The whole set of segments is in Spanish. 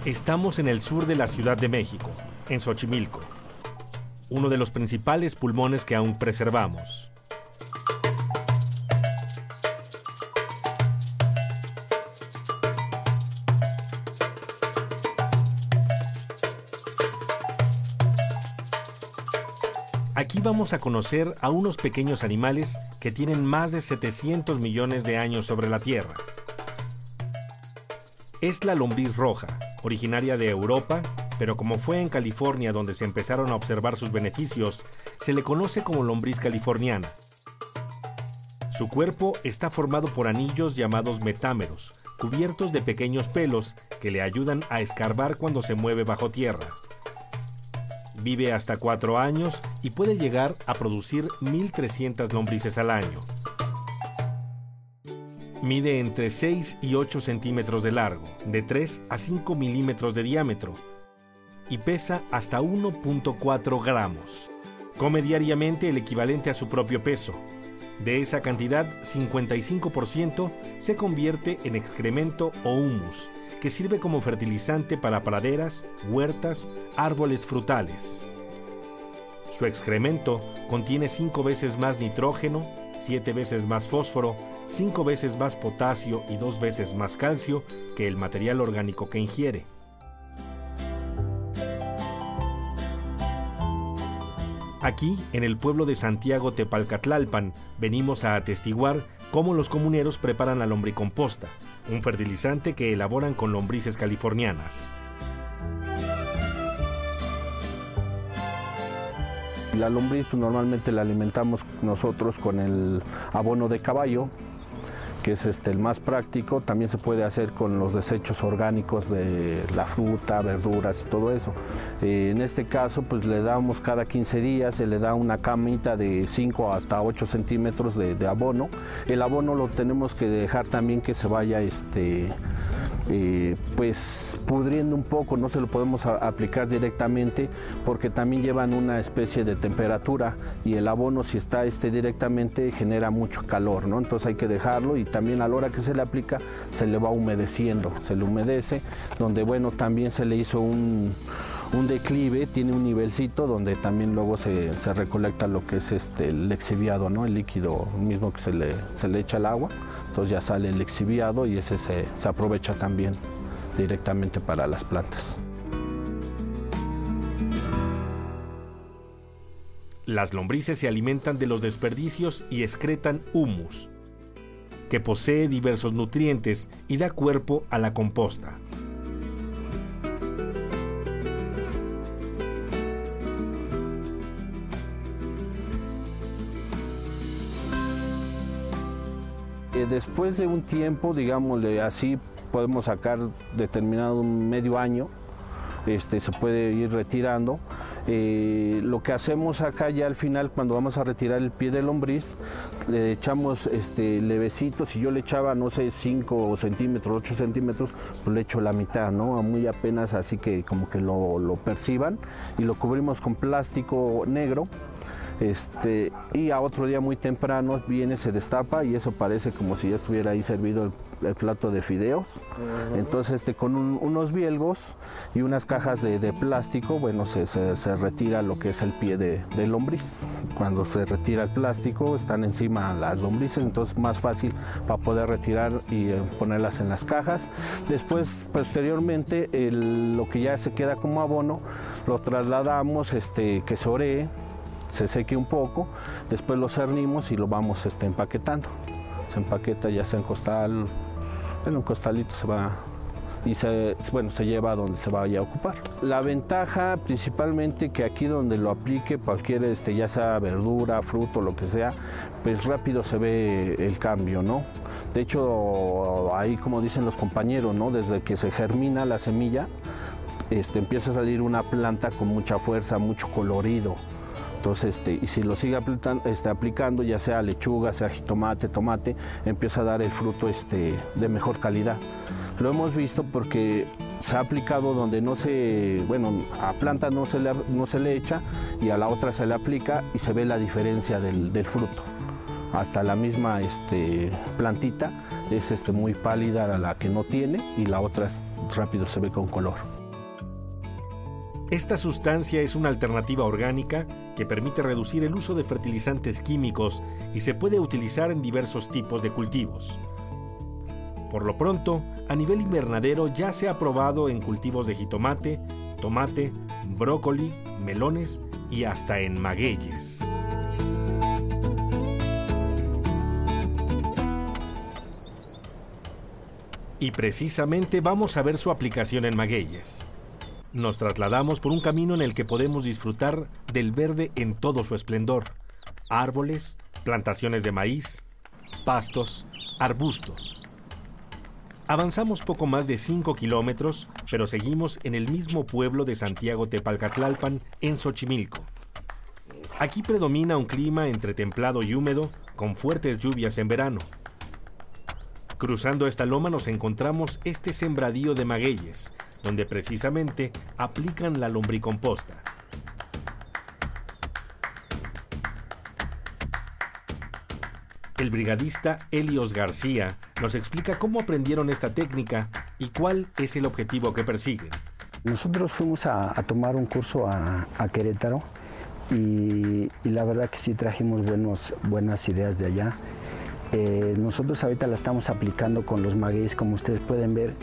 Estamos en el sur de la Ciudad de México, en Xochimilco, uno de los principales pulmones que aún preservamos. Aquí vamos a conocer a unos pequeños animales que tienen más de 700 millones de años sobre la Tierra. Es la lombriz roja, originaria de Europa, pero como fue en California donde se empezaron a observar sus beneficios, se le conoce como lombriz californiana. Su cuerpo está formado por anillos llamados metámeros, cubiertos de pequeños pelos que le ayudan a escarbar cuando se mueve bajo tierra. Vive hasta 4 años y puede llegar a producir 1.300 lombrices al año. Mide entre 6 y 8 centímetros de largo, de 3 a 5 milímetros de diámetro y pesa hasta 1.4 gramos. Come diariamente el equivalente a su propio peso. De esa cantidad, 55% se convierte en excremento o humus, que sirve como fertilizante para praderas, huertas, árboles frutales. Su excremento contiene 5 veces más nitrógeno, 7 veces más fósforo, 5 veces más potasio y 2 veces más calcio que el material orgánico que ingiere. Aquí, en el pueblo de Santiago Tepalcatlalpan, venimos a atestiguar cómo los comuneros preparan la lombricomposta, un fertilizante que elaboran con lombrices californianas. La lombriz pues, normalmente la alimentamos nosotros con el abono de caballo, que es el más práctico. También se puede hacer con los desechos orgánicos de la fruta, verduras y todo eso. En este caso pues le damos cada 15 días, se le da una camita de 5 hasta 8 centímetros de abono. El abono lo tenemos que dejar también que se vaya pues pudriendo un poco, no se lo podemos aplicar directamente porque también llevan una especie de temperatura y el abono si está directamente genera mucho calor, ¿no? Entonces hay que dejarlo y también a la hora que se le aplica se le va humedeciendo, se le humedece, donde bueno también se le hizo un declive, tiene un nivelcito donde también luego se recolecta lo que es el lixiviado, ¿no? El líquido mismo que se le echa al agua. Entonces ya sale el lixiviado y ese se aprovecha también directamente para las plantas. Las lombrices se alimentan de los desperdicios y excretan humus, que posee diversos nutrientes y da cuerpo a la composta. Después de un tiempo, digámosle así, podemos sacar determinado medio año, se puede ir retirando. Lo que hacemos acá ya al final, cuando vamos a retirar el pie de lombriz, le echamos levecito. Si yo le echaba, no sé, 5 centímetros, 8 centímetros, pues le echo la mitad, ¿no? Muy apenas, así que como que lo perciban, y lo cubrimos con plástico negro. Y a otro día muy temprano viene, se destapa y eso parece como si ya estuviera ahí servido el plato de fideos. Entonces con unos bielgos y unas cajas de plástico, bueno, se retira lo que es el pie de lombriz. Cuando se retira el plástico están encima las lombrices, entonces más fácil para poder retirar y ponerlas en las cajas. Después, posteriormente, lo que ya se queda como abono, lo trasladamos, que se oree, se seque un poco, después lo cernimos y lo vamos empaquetando. Se empaqueta ya sea en costal, en un costalito se va y se lleva a donde se vaya a ocupar. La ventaja principalmente que aquí donde lo aplique cualquier, ya sea verdura, fruto, lo que sea, pues rápido se ve el cambio, ¿no? De hecho, ahí como dicen los compañeros, ¿no? Desde que se germina la semilla, empieza a salir una planta con mucha fuerza, mucho colorido. Entonces, y si lo sigue aplicando, ya sea lechuga, sea jitomate, tomate, empieza a dar el fruto de mejor calidad. Lo hemos visto porque se ha aplicado donde a planta no se le echa y a la otra se le aplica y se ve la diferencia del fruto. Hasta la misma plantita es muy pálida la que no tiene y la otra rápido se ve con color. Esta sustancia es una alternativa orgánica que permite reducir el uso de fertilizantes químicos y se puede utilizar en diversos tipos de cultivos. Por lo pronto, a nivel invernadero ya se ha probado en cultivos de jitomate, tomate, brócoli, melones y hasta en magueyes. Y precisamente vamos a ver su aplicación en magueyes. Nos trasladamos por un camino en el que podemos disfrutar del verde en todo su esplendor. Árboles, plantaciones de maíz, pastos, arbustos. Avanzamos poco más de 5 kilómetros, pero seguimos en el mismo pueblo de Santiago Tepalcatlalpan, en Xochimilco. Aquí predomina un clima entre templado y húmedo, con fuertes lluvias en verano. Cruzando esta loma nos encontramos este sembradío de magueyes, donde precisamente aplican la lombricomposta. El brigadista Helios García nos explica cómo aprendieron esta técnica y cuál es el objetivo que persiguen. Nosotros fuimos a tomar un curso a Querétaro y la verdad que sí trajimos buenas ideas de allá. Nosotros ahorita la estamos aplicando con los magueyes, como ustedes pueden ver.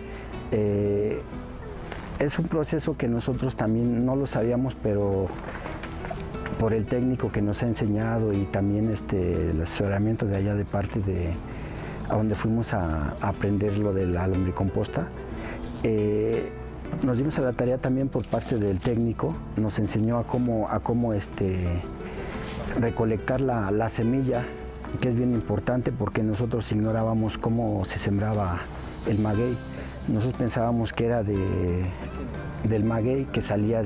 Es un proceso que nosotros también no lo sabíamos, pero por el técnico que nos ha enseñado y también el asesoramiento de allá de parte de a donde fuimos a aprender lo de la lombricomposta, nos dimos a la tarea también por parte del técnico, nos enseñó a cómo recolectar la semilla, que es bien importante porque nosotros ignorábamos cómo se sembraba el maguey. Nosotros pensábamos que era del maguey que salía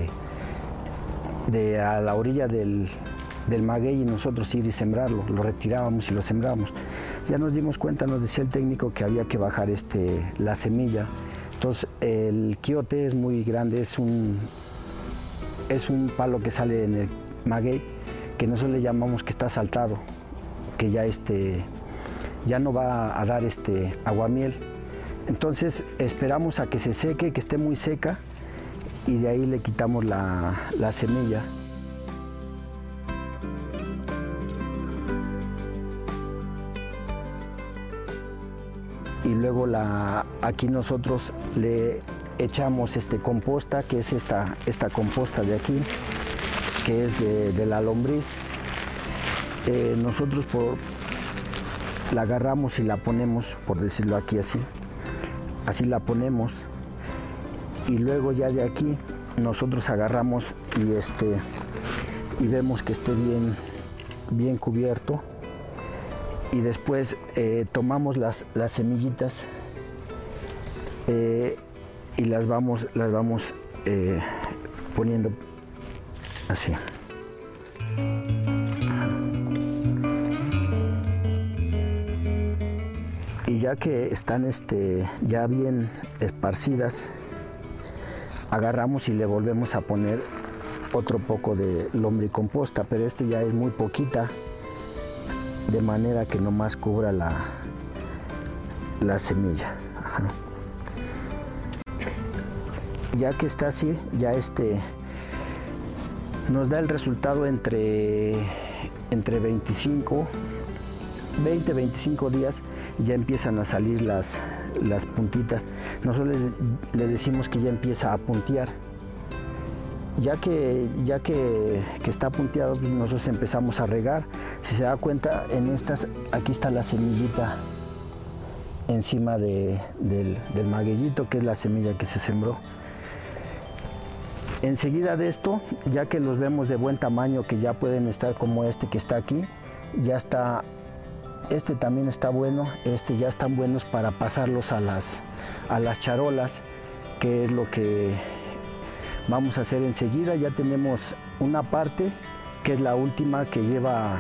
a la orilla del maguey y nosotros ir y sembrarlo, lo retirábamos y lo sembrábamos. Ya nos dimos cuenta, nos decía el técnico, que había que bajar la semilla. Entonces el quiote es muy grande, es un palo que sale en el maguey, que nosotros le llamamos que está saltado, que ya no va a dar aguamiel. Entonces esperamos a que se seque, que esté muy seca, y de ahí le quitamos la semilla. Y luego aquí nosotros le echamos composta, que es esta composta de aquí, que es de la lombriz. Nosotros la agarramos y la ponemos, por decirlo aquí así la ponemos, y luego ya de aquí nosotros agarramos y vemos que esté bien cubierto, y después tomamos las semillitas y las vamos poniendo así. Y ya que están ya bien esparcidas, agarramos y le volvemos a poner otro poco de lombricomposta, pero ya es muy poquita, de manera que nomás cubra la semilla. Ajá. Ya que está así, ya nos da el resultado entre 20-25 días, y ya empiezan a salir las puntitas. Nosotros le decimos que ya empieza a puntear. Ya que está punteado, pues nosotros empezamos a regar. Si se da cuenta, aquí está la semillita encima del magueyito, que es la semilla que se sembró. Enseguida de esto, ya que los vemos de buen tamaño, que ya pueden estar como que está aquí, ya está. También está bueno, ya están buenos para pasarlos a las charolas, que es lo que vamos a hacer enseguida. Ya tenemos una parte, que es la última, que lleva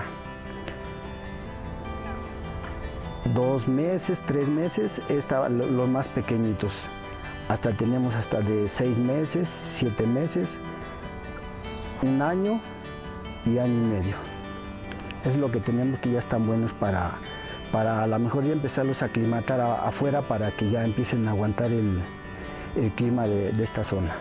2 meses, 3 meses, los más pequeñitos. Tenemos hasta de 6 meses, 7 meses, 1 año y año y medio. Es lo que tenemos, que ya están buenos para para a lo mejor ya empezarlos a aclimatar afuera para que ya empiecen a aguantar el clima de esta zona.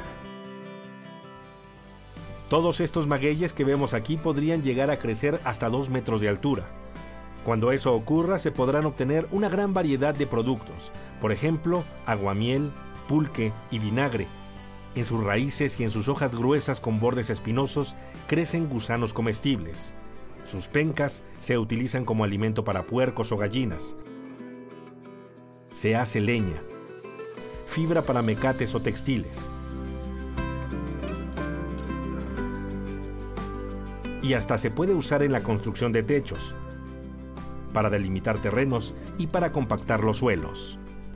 Todos estos magueyes que vemos aquí podrían llegar a crecer hasta 2 metros de altura. Cuando eso ocurra, se podrán obtener una gran variedad de productos, por ejemplo, aguamiel, pulque y vinagre. En sus raíces y en sus hojas gruesas con bordes espinosos crecen gusanos comestibles. Sus pencas se utilizan como alimento para puercos o gallinas. Se hace leña, fibra para mecates o textiles. Y hasta se puede usar en la construcción de techos, para delimitar terrenos y para compactar los suelos.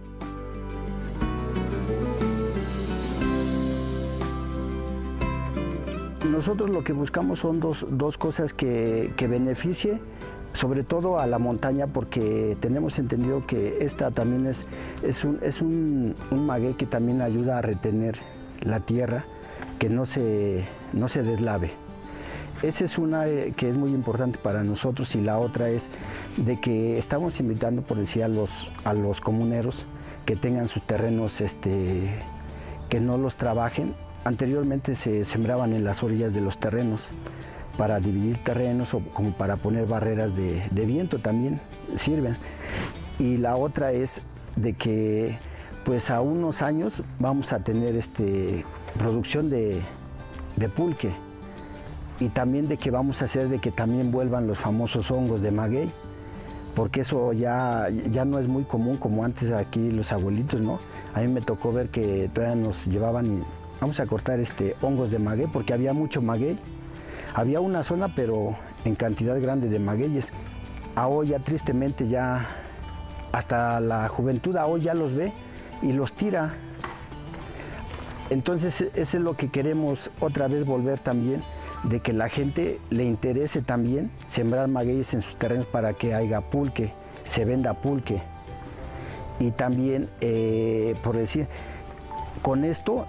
Nosotros lo que buscamos son dos cosas que beneficie sobre todo a la montaña, porque tenemos entendido que esta también es un maguey que también ayuda a retener la tierra, que no se deslave. Esa es una que es muy importante para nosotros, y la otra es de que estamos invitando, por decir, a los comuneros que tengan sus terrenos, que no los trabajen. Anteriormente se sembraban en las orillas de los terrenos para dividir terrenos o como para poner barreras de viento, también sirven. Y la otra es de que pues a unos años vamos a tener producción de pulque. Y también de que vamos a hacer de que también vuelvan los famosos hongos de maguey, porque eso ya no es muy común como antes aquí los abuelitos, ¿no? A mí me tocó ver que todavía nos llevaban y vamos a cortar hongos de maguey, porque había mucho maguey. Había una zona, pero en cantidad grande de magueyes. Ahora ya tristemente ya hasta la juventud ahora ya los ve y los tira. Entonces eso es lo que queremos otra vez volver también, de que la gente le interese también sembrar magueyes en sus terrenos para que haya pulque, se venda pulque. Y también, por decir, con esto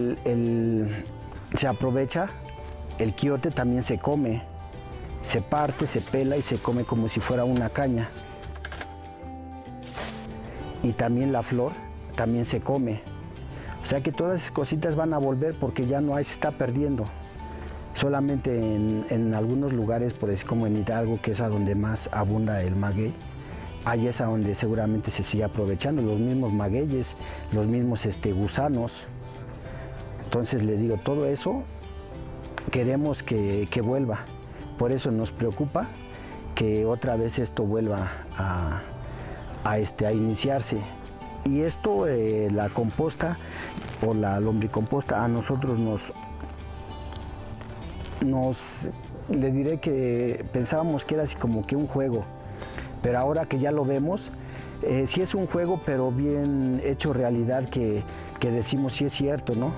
se aprovecha, el quiote también se come, se parte, se pela y se come como si fuera una caña. Y también la flor también se come. O sea que todas esas cositas van a volver, porque ya no hay, se está perdiendo. Solamente en algunos lugares, por decir, como en Hidalgo, que es a donde más abunda el maguey, ahí es a donde seguramente se sigue aprovechando los mismos magueyes, los mismos gusanos. Entonces le digo, todo eso queremos que vuelva. Por eso nos preocupa que otra vez esto vuelva a iniciarse. Y esto, la composta o la lombricomposta, a nosotros le diré que pensábamos que era así como que un juego, pero ahora que ya lo vemos, sí es un juego, pero bien hecho realidad, que decimos sí es cierto, ¿no?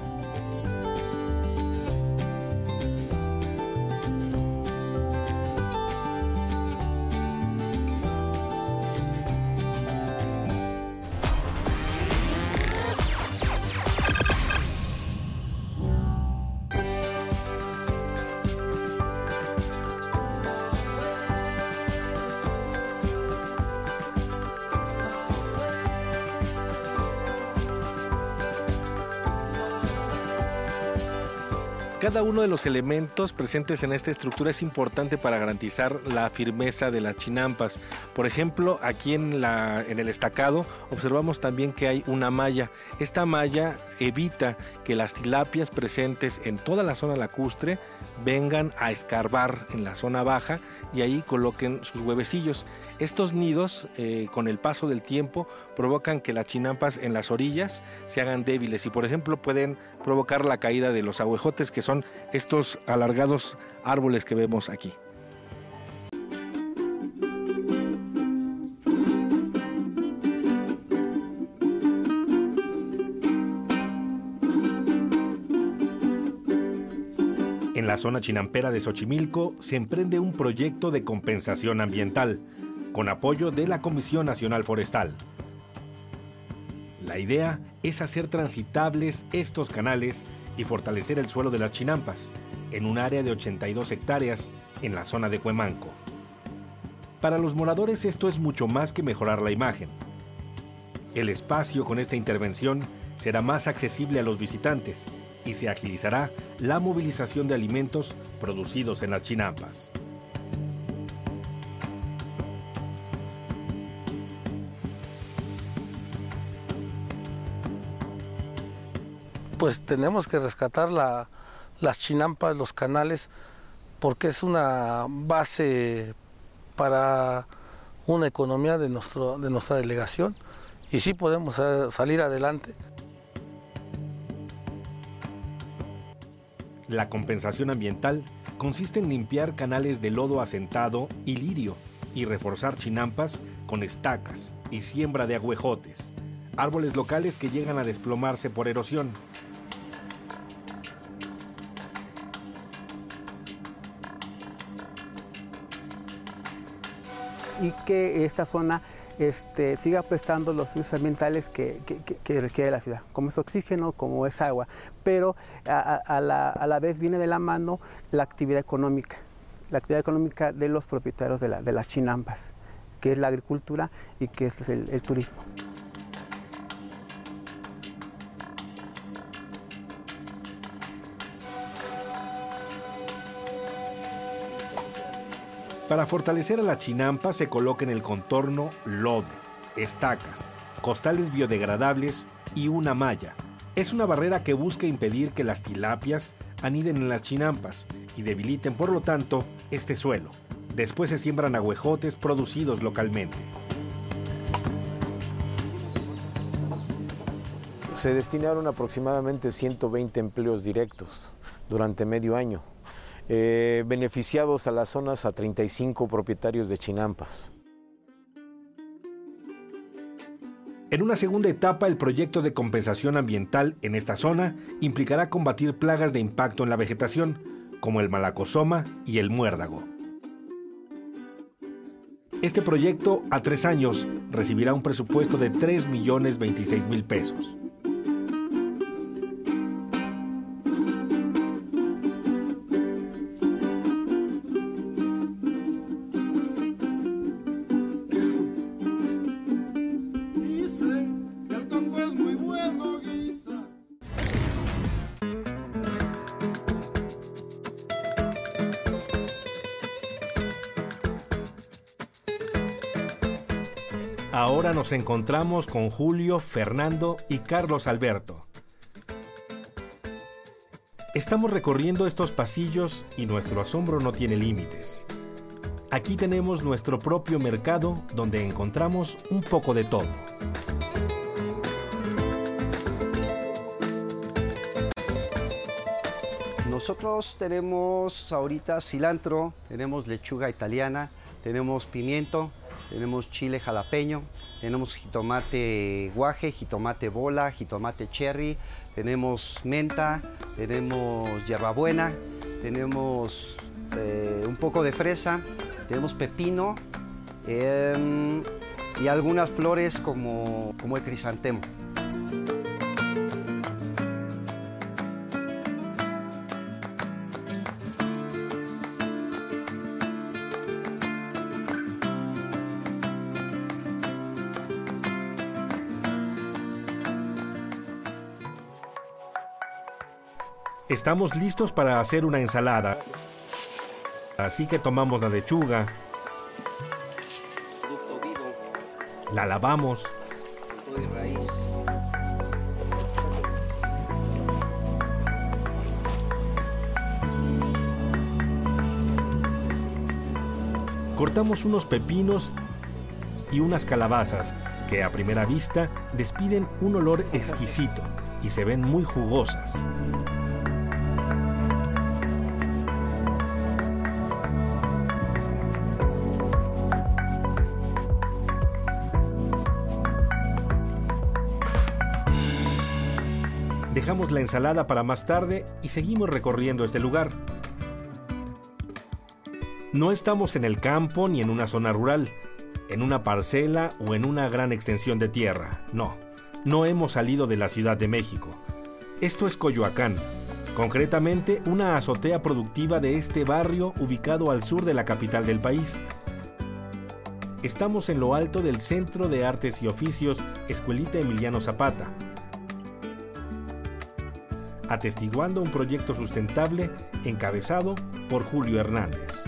Cada uno de los elementos presentes en esta estructura es importante para garantizar la firmeza de las chinampas. Por ejemplo, aquí en el estacado observamos también que hay una malla. Esta malla evita que las tilapias presentes en toda la zona lacustre vengan a escarbar en la zona baja y ahí coloquen sus huevecillos. Estos nidos, con el paso del tiempo, provocan que las chinampas en las orillas se hagan débiles y, por ejemplo, pueden provocar la caída de los ahuejotes, que son estos alargados árboles que vemos aquí. En la zona chinampera de Xochimilco se emprende un proyecto de compensación ambiental, con apoyo de la Comisión Nacional Forestal. La idea es hacer transitables estos canales y fortalecer el suelo de las chinampas, en un área de 82 hectáreas en la zona de Cuemanco. Para los moradores esto es mucho más que mejorar la imagen. El espacio con esta intervención será más accesible a los visitantes y se agilizará la movilización de alimentos producidos en las chinampas. Pues tenemos que rescatar las chinampas, los canales, porque es una base para una economía de nuestra delegación y sí podemos salir adelante. La compensación ambiental consiste en limpiar canales de lodo asentado y lirio y reforzar chinampas con estacas y siembra de aguejotes, árboles locales que llegan a desplomarse por erosión. Y que esta zona siga prestando los servicios ambientales que requiere la ciudad, como es oxígeno, como es agua, pero a la vez viene de la mano la actividad económica de los propietarios de las chinampas, que es la agricultura y que es el turismo. Para fortalecer a la chinampa se coloca en el contorno lodo, estacas, costales biodegradables y una malla. Es una barrera que busca impedir que las tilapias aniden en las chinampas y debiliten, por lo tanto, este suelo. Después se siembran aguejotes producidos localmente. Se destinaron aproximadamente 120 empleos directos durante medio año. Beneficiados a las zonas a 35 propietarios de chinampas. En una segunda etapa, el proyecto de compensación ambiental en esta zona implicará combatir plagas de impacto en la vegetación, como el malacosoma y el muérdago. Este proyecto, a 3 años, recibirá un presupuesto de 3.026.000 pesos. Ahora nos encontramos con Julio, Fernando y Carlos Alberto. Estamos recorriendo estos pasillos y nuestro asombro no tiene límites. Aquí tenemos nuestro propio mercado donde encontramos un poco de todo. Nosotros tenemos ahorita cilantro, tenemos lechuga italiana, tenemos pimiento, tenemos chile jalapeño, tenemos jitomate guaje, jitomate bola, jitomate cherry, tenemos menta, tenemos hierbabuena, tenemos un poco de fresa, tenemos pepino y algunas flores como el crisantemo. Estamos listos para hacer una ensalada, así que tomamos la lechuga, la lavamos, cortamos unos pepinos y unas calabazas que a primera vista despiden un olor exquisito y se ven muy jugosas. Dejamos la ensalada para más tarde y seguimos recorriendo este lugar. No estamos en el campo ni en una zona rural, en una parcela o en una gran extensión de tierra. No hemos salido de la Ciudad de México. Esto es Coyoacán, concretamente una azotea productiva de este barrio ubicado al sur de la capital del país. Estamos en lo alto del Centro de Artes y Oficios Escuelita Emiliano Zapata, atestiguando un proyecto sustentable encabezado por Julio Hernández.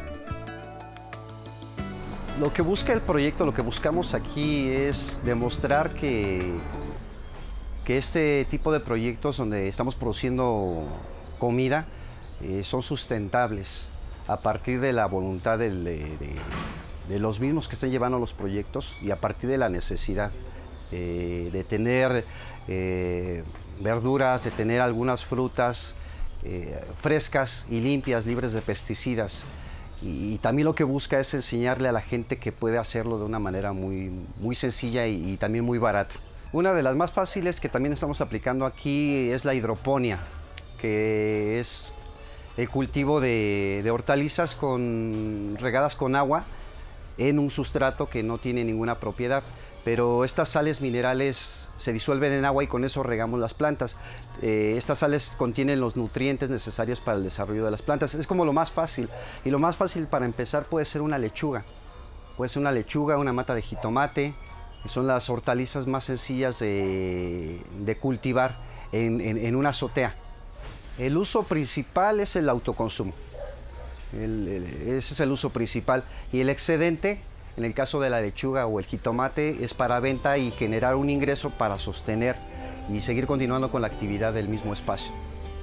Lo que busca el proyecto, lo que buscamos aquí es demostrar que este tipo de proyectos donde estamos produciendo comida son sustentables a partir de la voluntad de los mismos que están llevando los proyectos y a partir de la necesidad de tener verduras, de tener algunas frutas frescas y limpias, libres de pesticidas. Y también lo que busca es enseñarle a la gente que puede hacerlo de una manera muy sencilla y también muy barata. Una de las más fáciles que también estamos aplicando aquí es la hidroponía, que es el cultivo de hortalizas regadas con agua en un sustrato que no tiene ninguna propiedad. Pero estas sales minerales se disuelven en agua y con eso regamos las plantas. Estas sales contienen los nutrientes necesarios para el desarrollo de las plantas. Es como lo más fácil. Y lo más fácil para empezar puede ser una lechuga. Puede ser una lechuga, una mata de jitomate. Que son las hortalizas más sencillas de cultivar en una azotea. El uso principal es el autoconsumo. Ese es el uso principal. Y el excedente, en el caso de la lechuga o el jitomate, es para venta y generar un ingreso para sostener y seguir continuando con la actividad del mismo espacio.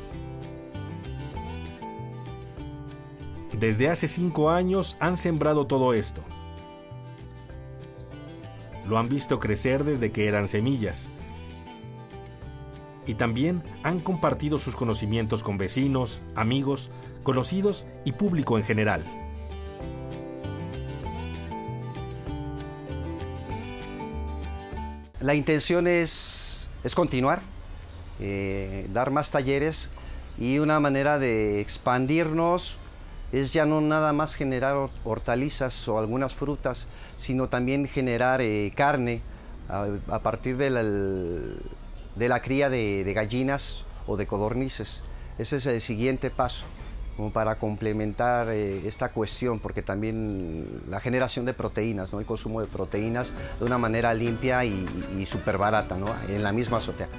Desde hace 5 años han sembrado todo esto. Lo han visto crecer desde que eran semillas. Y también han compartido sus conocimientos con vecinos, amigos, conocidos y público en general. La intención es continuar, dar más talleres y una manera de expandirnos es ya no nada más generar hortalizas o algunas frutas, sino también generar carne a partir de la cría de gallinas o de codornices. Ese es el siguiente paso, como para complementar esta cuestión, porque también la generación de proteínas, ¿no? El consumo de proteínas de una manera limpia y súper barata, ¿no? En la misma azotea.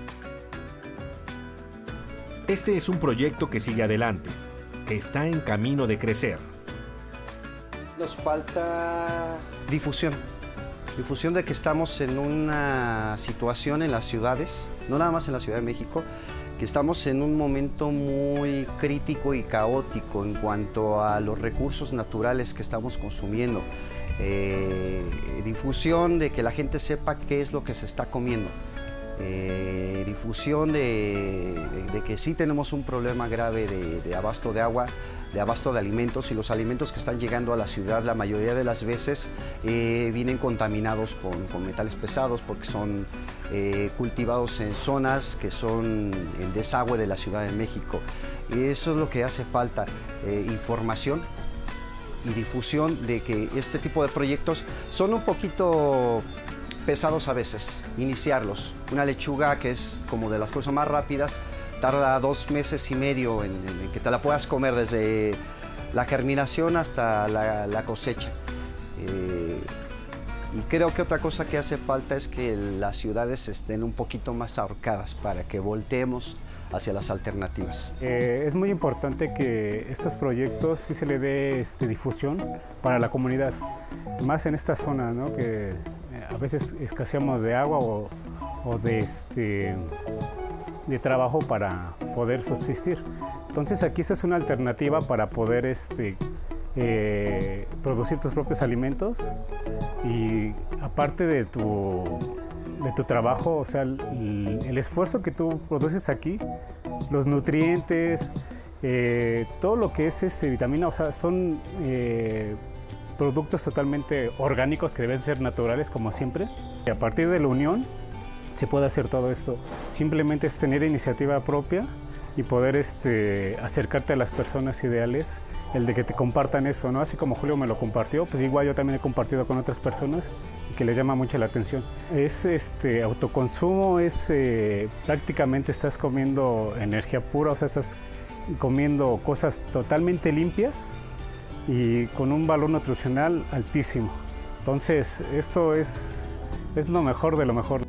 Este es un proyecto que sigue adelante, que está en camino de crecer. Nos falta difusión. Difusión de que estamos en una situación en las ciudades, no nada más en la Ciudad de México, que estamos en un momento muy crítico y caótico en cuanto a los recursos naturales que estamos consumiendo. Difusión de que la gente sepa qué es lo que se está comiendo. Difusión de que sí tenemos un problema grave de abasto de agua, de abasto de alimentos, y los alimentos que están llegando a la ciudad la mayoría de las veces vienen contaminados con metales pesados porque son cultivados en zonas que son el desagüe de la Ciudad de México. Y eso es lo que hace falta, información y difusión de que este tipo de proyectos son un poquito pesados a veces, iniciarlos. Una lechuga, que es como de las cosas más rápidas, tarda 2 meses y medio en que te la puedas comer desde la germinación hasta la cosecha. Y creo que otra cosa que hace falta es que las ciudades estén un poquito más ahorcadas para que volteemos hacia las alternativas. Es muy importante que estos proyectos sí se le dé difusión para la comunidad, más en esta zona, ¿no? Que a veces escaseamos de agua o de trabajo para poder subsistir. Entonces aquí esta es una alternativa para poder producir tus propios alimentos y aparte de tu trabajo, o sea, el esfuerzo que tú produces aquí, los nutrientes, todo lo que es vitamina, o sea, son productos totalmente orgánicos que deben ser naturales como siempre. Y a partir de la unión se puede hacer todo esto. Simplemente es tener iniciativa propia y poder acercarte a las personas ideales, el de que te compartan eso, ¿no? Así como Julio me lo compartió, pues igual yo también he compartido con otras personas y que les llama mucho la atención. Es autoconsumo, prácticamente estás comiendo energía pura, o sea, estás comiendo cosas totalmente limpias y con un valor nutricional altísimo. Entonces, esto es lo mejor de lo mejor.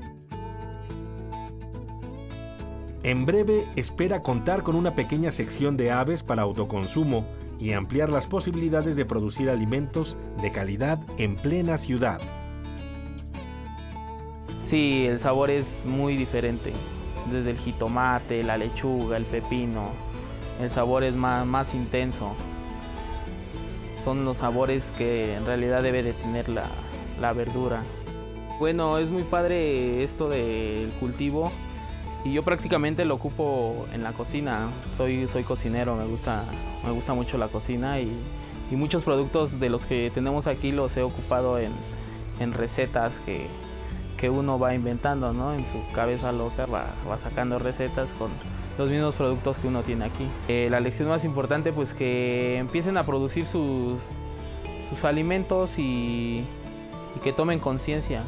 En breve espera contar con una pequeña sección de aves para autoconsumo y ampliar las posibilidades de producir alimentos de calidad en plena ciudad. Sí, el sabor es muy diferente. Desde el jitomate, la lechuga, el pepino, el sabor es más intenso. Son los sabores que en realidad debe de tener la verdura. Bueno, es muy padre esto del cultivo y yo prácticamente lo ocupo en la cocina. Soy cocinero, me gusta mucho la cocina y muchos productos de los que tenemos aquí los he ocupado en recetas que uno va inventando, ¿no? En su cabeza loca va sacando recetas con los mismos productos que uno tiene aquí. La lección más importante, pues que empiecen a producir sus alimentos y que tomen conciencia.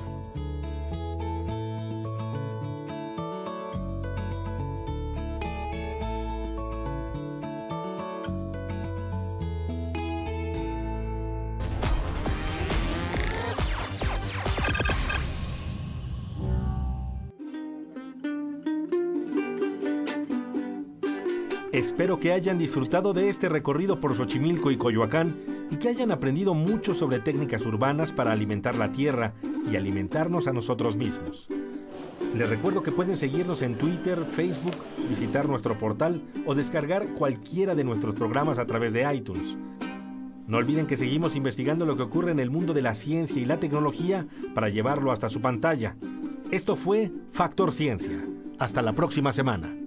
Espero que hayan disfrutado de este recorrido por Xochimilco y Coyoacán y que hayan aprendido mucho sobre técnicas urbanas para alimentar la tierra y alimentarnos a nosotros mismos. Les recuerdo que pueden seguirnos en Twitter, Facebook, visitar nuestro portal o descargar cualquiera de nuestros programas a través de iTunes. No olviden que seguimos investigando lo que ocurre en el mundo de la ciencia y la tecnología para llevarlo hasta su pantalla. Esto fue Factor Ciencia. Hasta la próxima semana.